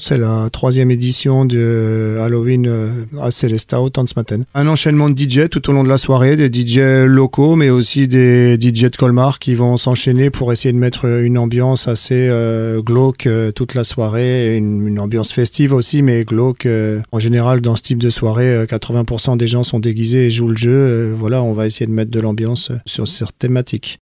C'est la 3e édition de Halloween à Sélestao, Tanzmatten. Un enchaînement de DJ tout au long de la soirée, des DJ locaux, mais aussi des DJ de Colmar qui vont s'enchaîner pour essayer de mettre une ambiance assez glauque toute la soirée, une ambiance festive aussi, mais glauque. En général, dans ce type de soirée, 80% des gens sont déguisés et jouent le jeu. Voilà, on va essayer de mettre de l'ambiance sur cette thématique.